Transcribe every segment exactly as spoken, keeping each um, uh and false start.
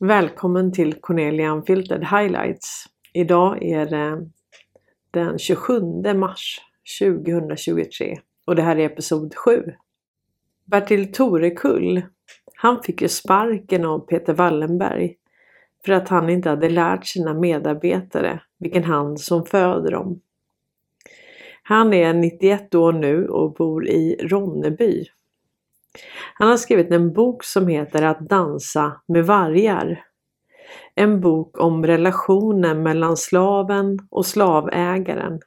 Välkommen till Cornelia Unfiltered Highlights. Idag är det den tjugosjunde mars tjugohundratjugotre och det här är episod sju. Bertil Torekull, han fick ju sparken av Peter Wallenberg för att han inte hade lärt sina medarbetare vilken hand som föder dem. Han är nittioett år nu och bor i Ronneby. Han har skrivit en bok som heter Att dansa med vargar. En bok om relationen mellan slaven och slavägaren.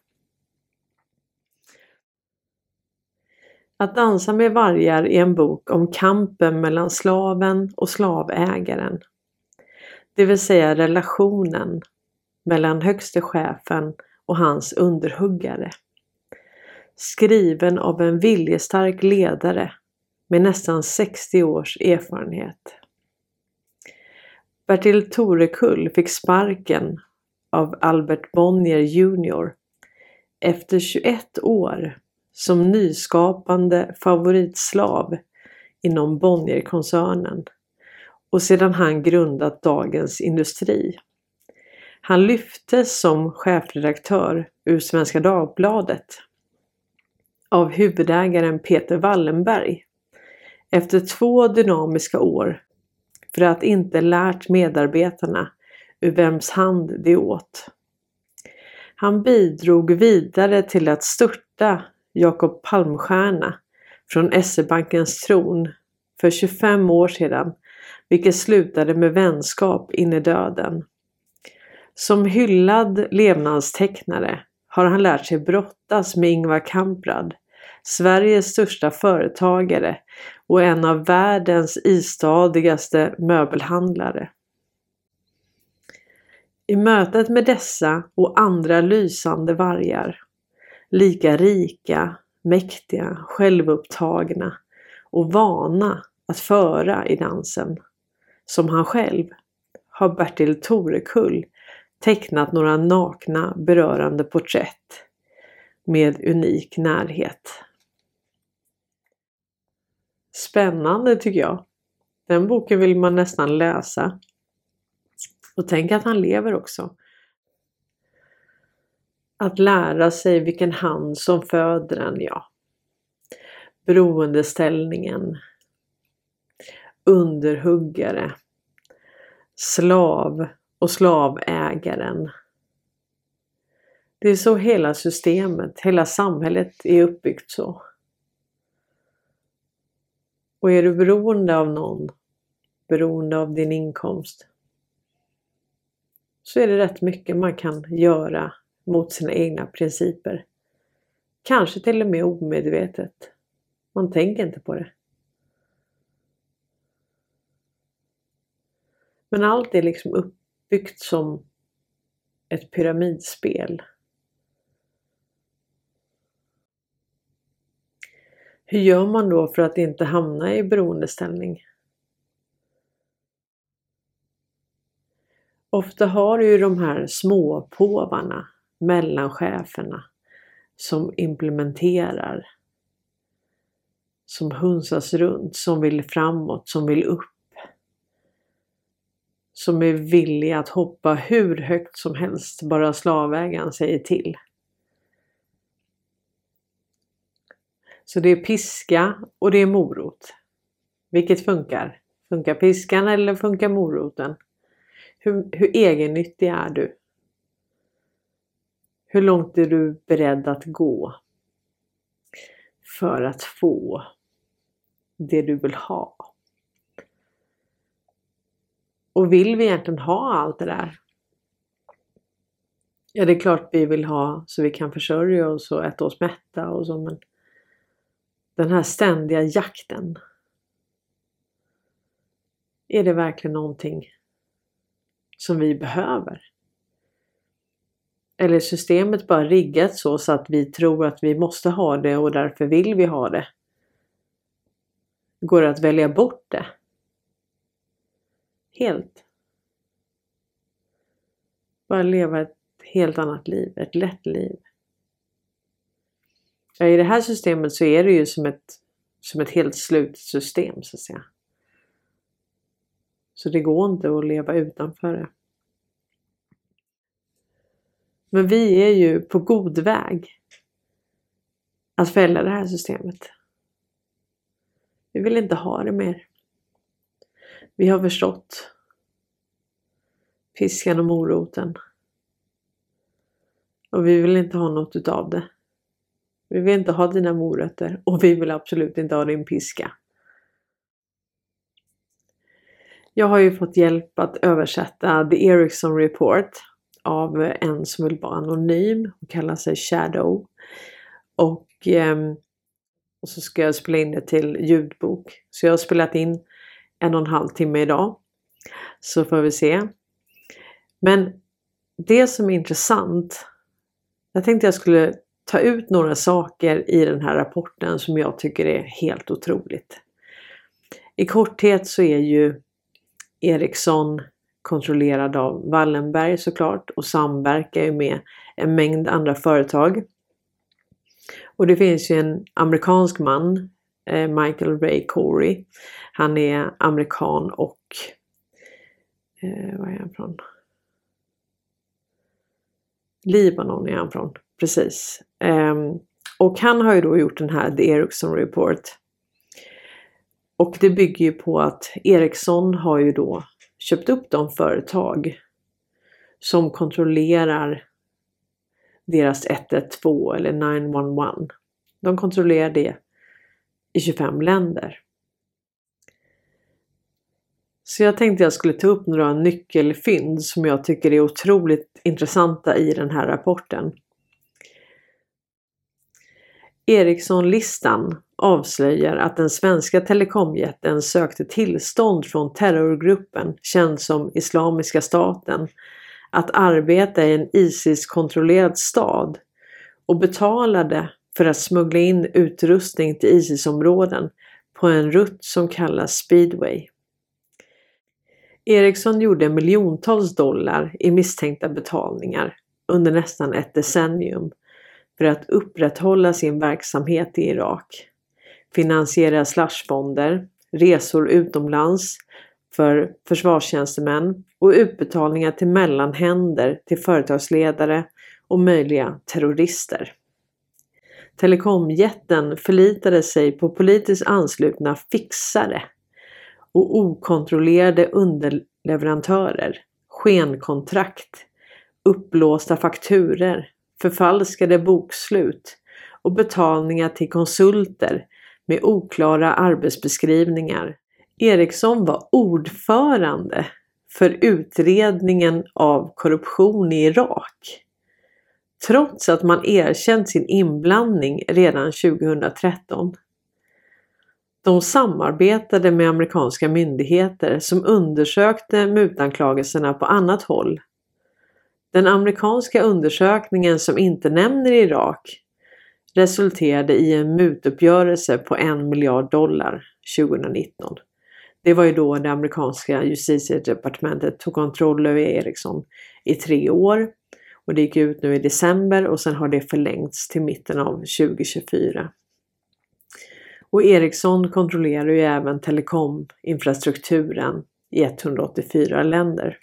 Att dansa med vargar är en bok om kampen mellan slaven och slavägaren. Det vill säga relationen mellan högste chefen och hans underhuggare. Skriven av en viljestark ledare med nästan sextio års erfarenhet. Bertil Torekull fick sparken av Albert Bonnier junior efter tjugoett år som nyskapande favoritslav inom Bonnierkoncernen och sedan han grundat Dagens Industri. Han lyftes som chefredaktör ur Svenska Dagbladet av huvudägaren Peter Wallenberg efter två dynamiska år för att inte lärt medarbetarna ur vems hand det åt. Han bidrog vidare till att störta Jacob Palmstierna från S E-bankens tron för tjugofem år sedan, vilket slutade med vänskap in i döden. Som hyllad levnadstecknare har han lärt sig brottas med Ingvar Kamprad, Sveriges största företagare och en av världens istadigaste möbelhandlare. I mötet med dessa och andra lysande vargar, lika rika, mäktiga, självupptagna och vana att föra i dansen, som han själv, har Bertil Torekull tecknat några nakna berörande porträtt med unik närhet. Spännande tycker jag. Den boken vill man nästan läsa. Och tänk att han lever också. Att lära sig vilken hand som föder en, ja. Beroendeställningen. Underhuggare. Slav och slavägaren. Det är så hela systemet, hela samhället är uppbyggt så. Och är du beroende av någon, beroende av din inkomst, så är det rätt mycket man kan göra mot sina egna principer. Kanske till och med omedvetet. Man tänker inte på det. Men allt är liksom uppbyggt som ett pyramidspel. Hur gör man då för att inte hamna i beroendeställning? Ofta har du ju de här små påvarna mellan cheferna som implementerar, som hunsas runt, som vill framåt, som vill upp. Som är villiga att hoppa hur högt som helst bara slavägaren säger till. Så det är piska och det är morot. Vilket funkar? Funkar piskan eller funkar moroten? Hur, hur egennyttig är du? Hur långt är du beredd att gå för att få det du vill ha? Och vill vi egentligen ha allt det där? Ja, det är klart vi vill ha så vi kan försörja oss och äta oss mätta och så, men den här ständiga jakten, är det verkligen någonting som vi behöver? Eller är systemet bara riggat så, så att vi tror att vi måste ha det och därför vill vi ha det? Går det att välja bort det? Helt. Bara leva ett helt annat liv, ett lätt liv. Ja, i det här systemet så är det ju som ett, som ett helt slutsystem så att säga. Så det går inte att leva utanför det. Men vi är ju på god väg att fälla det här systemet. Vi vill inte ha det mer. Vi har förstått piskan och moroten. Och vi vill inte ha något utav det. Vi vill inte ha dina morötter och vi vill absolut inte ha din piska. Jag har ju fått hjälp att översätta The Ericsson Report av en som vill vara anonym och kallar sig Shadow. Och, eh, och så ska jag spela in det till ljudbok. Så jag har spelat in en och en halv timme idag. Så får vi se. Men det som är intressant, jag tänkte jag skulle ta ut några saker i den här rapporten som jag tycker är helt otroligt. I korthet så är ju Ericsson kontrollerad av Wallenberg såklart och samverkar ju med en mängd andra företag. Och det finns ju en amerikansk man, Michael Ray Corey. Han är amerikan och eh, vad är han från? Libanon är han från, precis. Um, och han har ju då gjort den här The Ericsson Report. Och det bygger ju på att Ericsson har ju då köpt upp de företag som kontrollerar deras ett ett två eller nio ett ett. De kontrollerar det i tjugofem länder. Så jag tänkte jag skulle ta upp några nyckelfynd som jag tycker är otroligt intressanta i den här rapporten. Ericsson-listan avslöjar att den svenska telekomjätten sökte tillstånd från terrorgruppen känd som Islamiska staten att arbeta i en ISIS-kontrollerad stad och betalade för att smuggla in utrustning till ISIS-områden på en rutt som kallas Speedway. Ericsson gjorde miljontals dollar i misstänkta betalningar under nästan ett decennium för att upprätthålla sin verksamhet i Irak, finansiera slashfonder, resor utomlands för försvarstjänstemän och utbetalningar till mellanhänder till företagsledare och möjliga terrorister. Telekomjätten förlitade sig på politiskt anslutna fixare och okontrollerade underleverantörer, skenkontrakt, uppblåsta fakturer, förfalskade bokslut och betalningar till konsulter med oklara arbetsbeskrivningar. Ericsson var ordförande för utredningen av korruption i Irak, trots att man erkänt sin inblandning redan tjugohundratretton. De samarbetade med amerikanska myndigheter som undersökte mutanklagelserna på annat håll. Den amerikanska undersökningen som inte nämner Irak resulterade i en mutuppgörelse på en miljard dollar tjugonitton. Det var ju då det amerikanska justitiedepartementet tog kontroll över Ericsson i tre år. Och det gick ut nu i december och sen har det förlängts till mitten av tjugohundratjugofyra. Och Ericsson kontrollerar ju även telekominfrastrukturen i etthundraåttiofyra länder.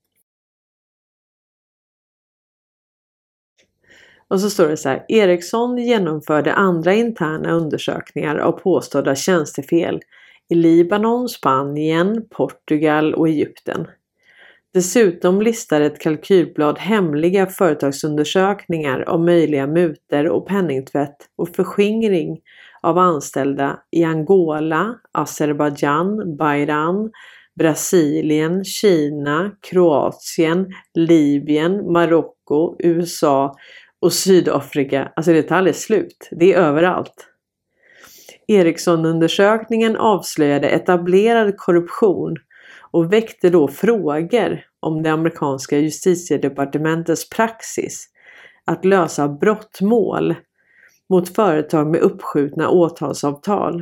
Och så står det så här: Ericsson genomförde andra interna undersökningar av påstådda tjänstefel i Libanon, Spanien, Portugal och Egypten. Dessutom listar ett kalkylblad hemliga företagsundersökningar av möjliga mutor och penningtvätt och förskingring av anställda i Angola, Azerbaijan, Bahrain, Brasilien, Kina, Kroatien, Libyen, Marocko, U S A och Sydafrika. Alltså det tar aldrig slut. Det är överallt. Ericsson-undersökningen avslöjade etablerad korruption och väckte då frågor om det amerikanska justitiedepartementets praxis att lösa brottmål mot företag med uppskjutna åtalsavtal.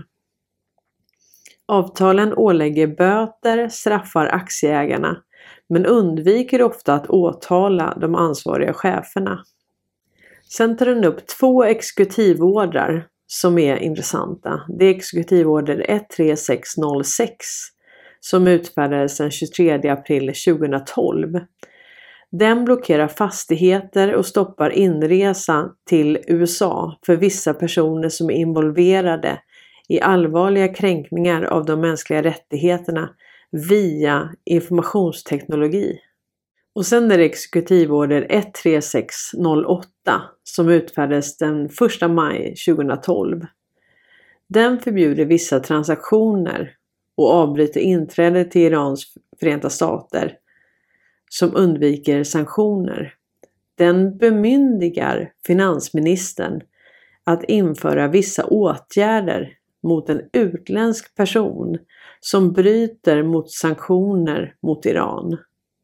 Avtalen ålägger böter, straffar aktieägarna, men undviker ofta att åtala de ansvariga cheferna. Sen tar den upp två exekutivordrar som är intressanta. Det är exekutivorder ett tre sex noll sex som utfärdades den tjugotredje april tjugohundratolv. Den blockerar fastigheter och stoppar inresan till U S A för vissa personer som är involverade i allvarliga kränkningar av de mänskliga rättigheterna via informationsteknologi. Och sen är det exekutivorder ett tre sex noll åtta som utfärdades den första maj tjugohundratolv. Den förbjuder vissa transaktioner och avbryter inträdet till Irans Förenta Stater som undviker sanktioner. Den bemyndigar finansministern att införa vissa åtgärder mot en utländsk person som bryter mot sanktioner mot Iran.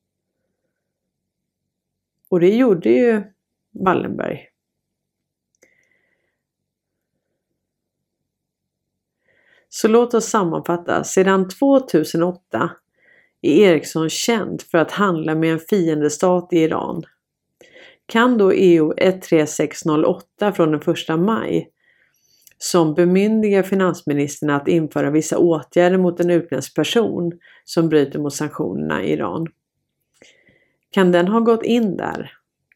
Och det gjorde ju Wallenberg. Så låt oss sammanfatta. Sedan tvåtusenåtta är Ericsson känd för att handla med en fiendestat i Iran. Kan då E O ett tre sex noll åtta från den första maj som bemyndigar finansministern att införa vissa åtgärder mot en utländsk person som bryter mot sanktionerna i Iran? Kan den ha gått in där?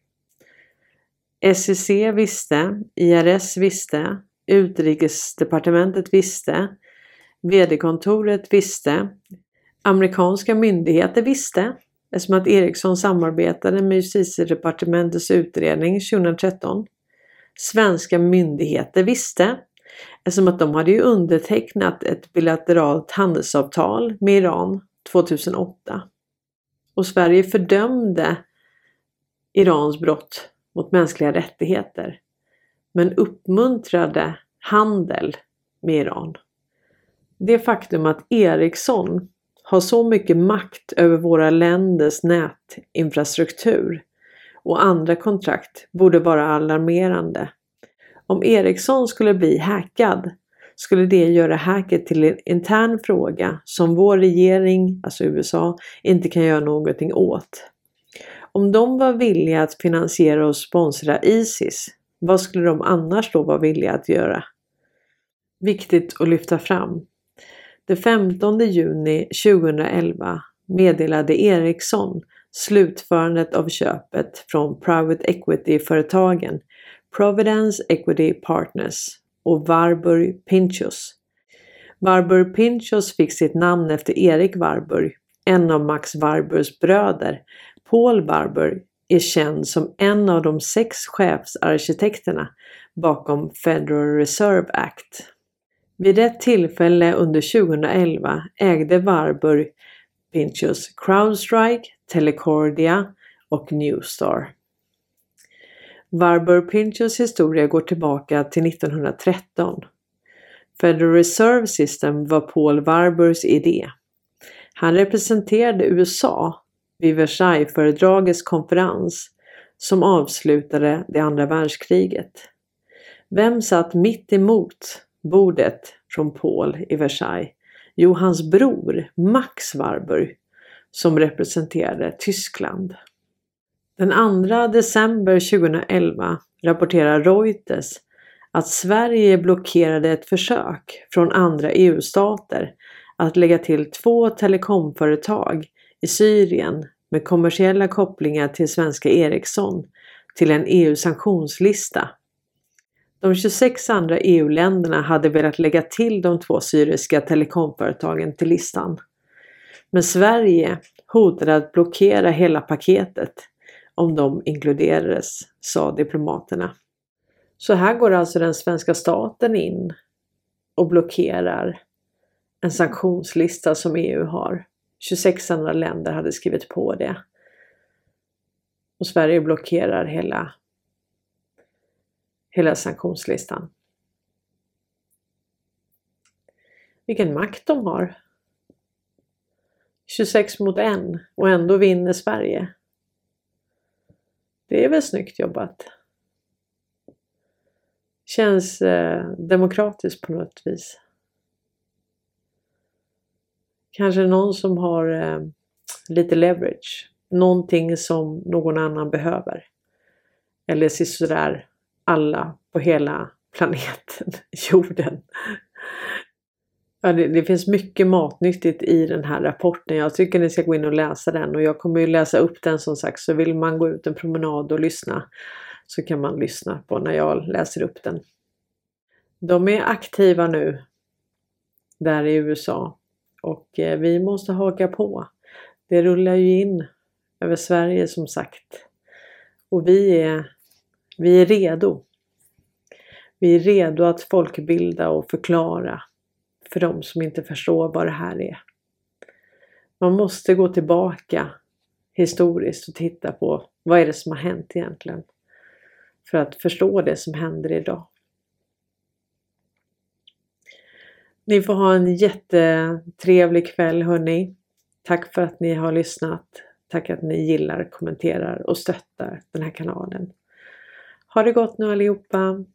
S E C visste, I R S visste, Utrikesdepartementet visste, V D-kontoret visste, amerikanska myndigheter visste, eftersom att Ericsson samarbetade med Justitiedepartementets utredning tjugohundratretton. Svenska myndigheter visste, eftersom att de hade ju undertecknat ett bilateralt handelsavtal med Iran tvåtusenåtta. Och Sverige fördömde Irans brott mot mänskliga rättigheter, men uppmuntrade handel med Iran. Det faktum att Ericsson har så mycket makt över våra länders nätinfrastruktur och andra kontrakt borde vara alarmerande. Om Ericsson skulle bli hackad skulle det göra hacket till en intern fråga som vår regering, alltså U S A, inte kan göra någonting åt. Om de var villiga att finansiera och sponsra ISIS, vad skulle de annars då vara villiga att göra? Viktigt att lyfta fram. Den femtonde juni tjugohundraelva meddelade Ericsson slutförandet av köpet från Private Equity-företagen Providence Equity Partners och Warburg Pincus. Warburg Pincus fick sitt namn efter Erik Warburg, en av Max Warburgs bröder. Paul Warburg är känd som en av de sex chefsarkitekterna bakom Federal Reserve Act. Vid ett tillfälle under tjugohundraelva ägde Warburg Pincus CrowdStrike, Telecordia och Newstar. Warburg Pincus historia går tillbaka till nittonhundratretton. Federal Reserve System var Paul Warburgs idé. Han representerade U S A vid Versailles-föredragets konferens som avslutade det andra världskriget. Vem satt mitt emot bordet från Paul i Versailles? Jo, hans bror Max Warburg som representerade Tyskland. Den andra december tjugohundraelva rapporterar Reuters att Sverige blockerade ett försök från andra E U-stater att lägga till två telekomföretag i Syrien med kommersiella kopplingar till svenska Ericsson till en E U-sanktionslista. De tjugosex andra E U-länderna hade velat lägga till de två syriska telekomföretagen till listan. Men Sverige hotade att blockera hela paketet om de inkluderades, sa diplomaterna. Så här går alltså den svenska staten in och blockerar en sanktionslista som E U har. tjugosex andra länder hade skrivit på det. Och Sverige blockerar hela, hela sanktionslistan. Vilken makt de har. tjugosex mot en och ändå vinner Sverige. Det är väl snyggt jobbat. Känns eh, demokratiskt på något vis. Kanske någon som har eh, lite leverage. Någonting som någon annan behöver. Eller sådär alla på hela planeten, jorden. Ja, det, det finns mycket matnyttigt i den här rapporten. Jag tycker ni ska gå in och läsa den. Och jag kommer ju läsa upp den som sagt. Så vill man gå ut en promenad och lyssna. Så kan man lyssna på när jag läser upp den. De är aktiva nu. Där i U S A. Och eh, vi måste haka på. Det rullar ju in över Sverige som sagt. Och vi är, vi är redo. Vi är redo att folkbilda och förklara. För de som inte förstår vad det här är. Man måste gå tillbaka historiskt och titta på vad är det som har hänt egentligen. För att förstå det som händer idag. Ni får ha en jättetrevlig kväll hörni. Tack för att ni har lyssnat. Tack att ni gillar, kommenterar och stöttar den här kanalen. Ha det gott nu allihopa.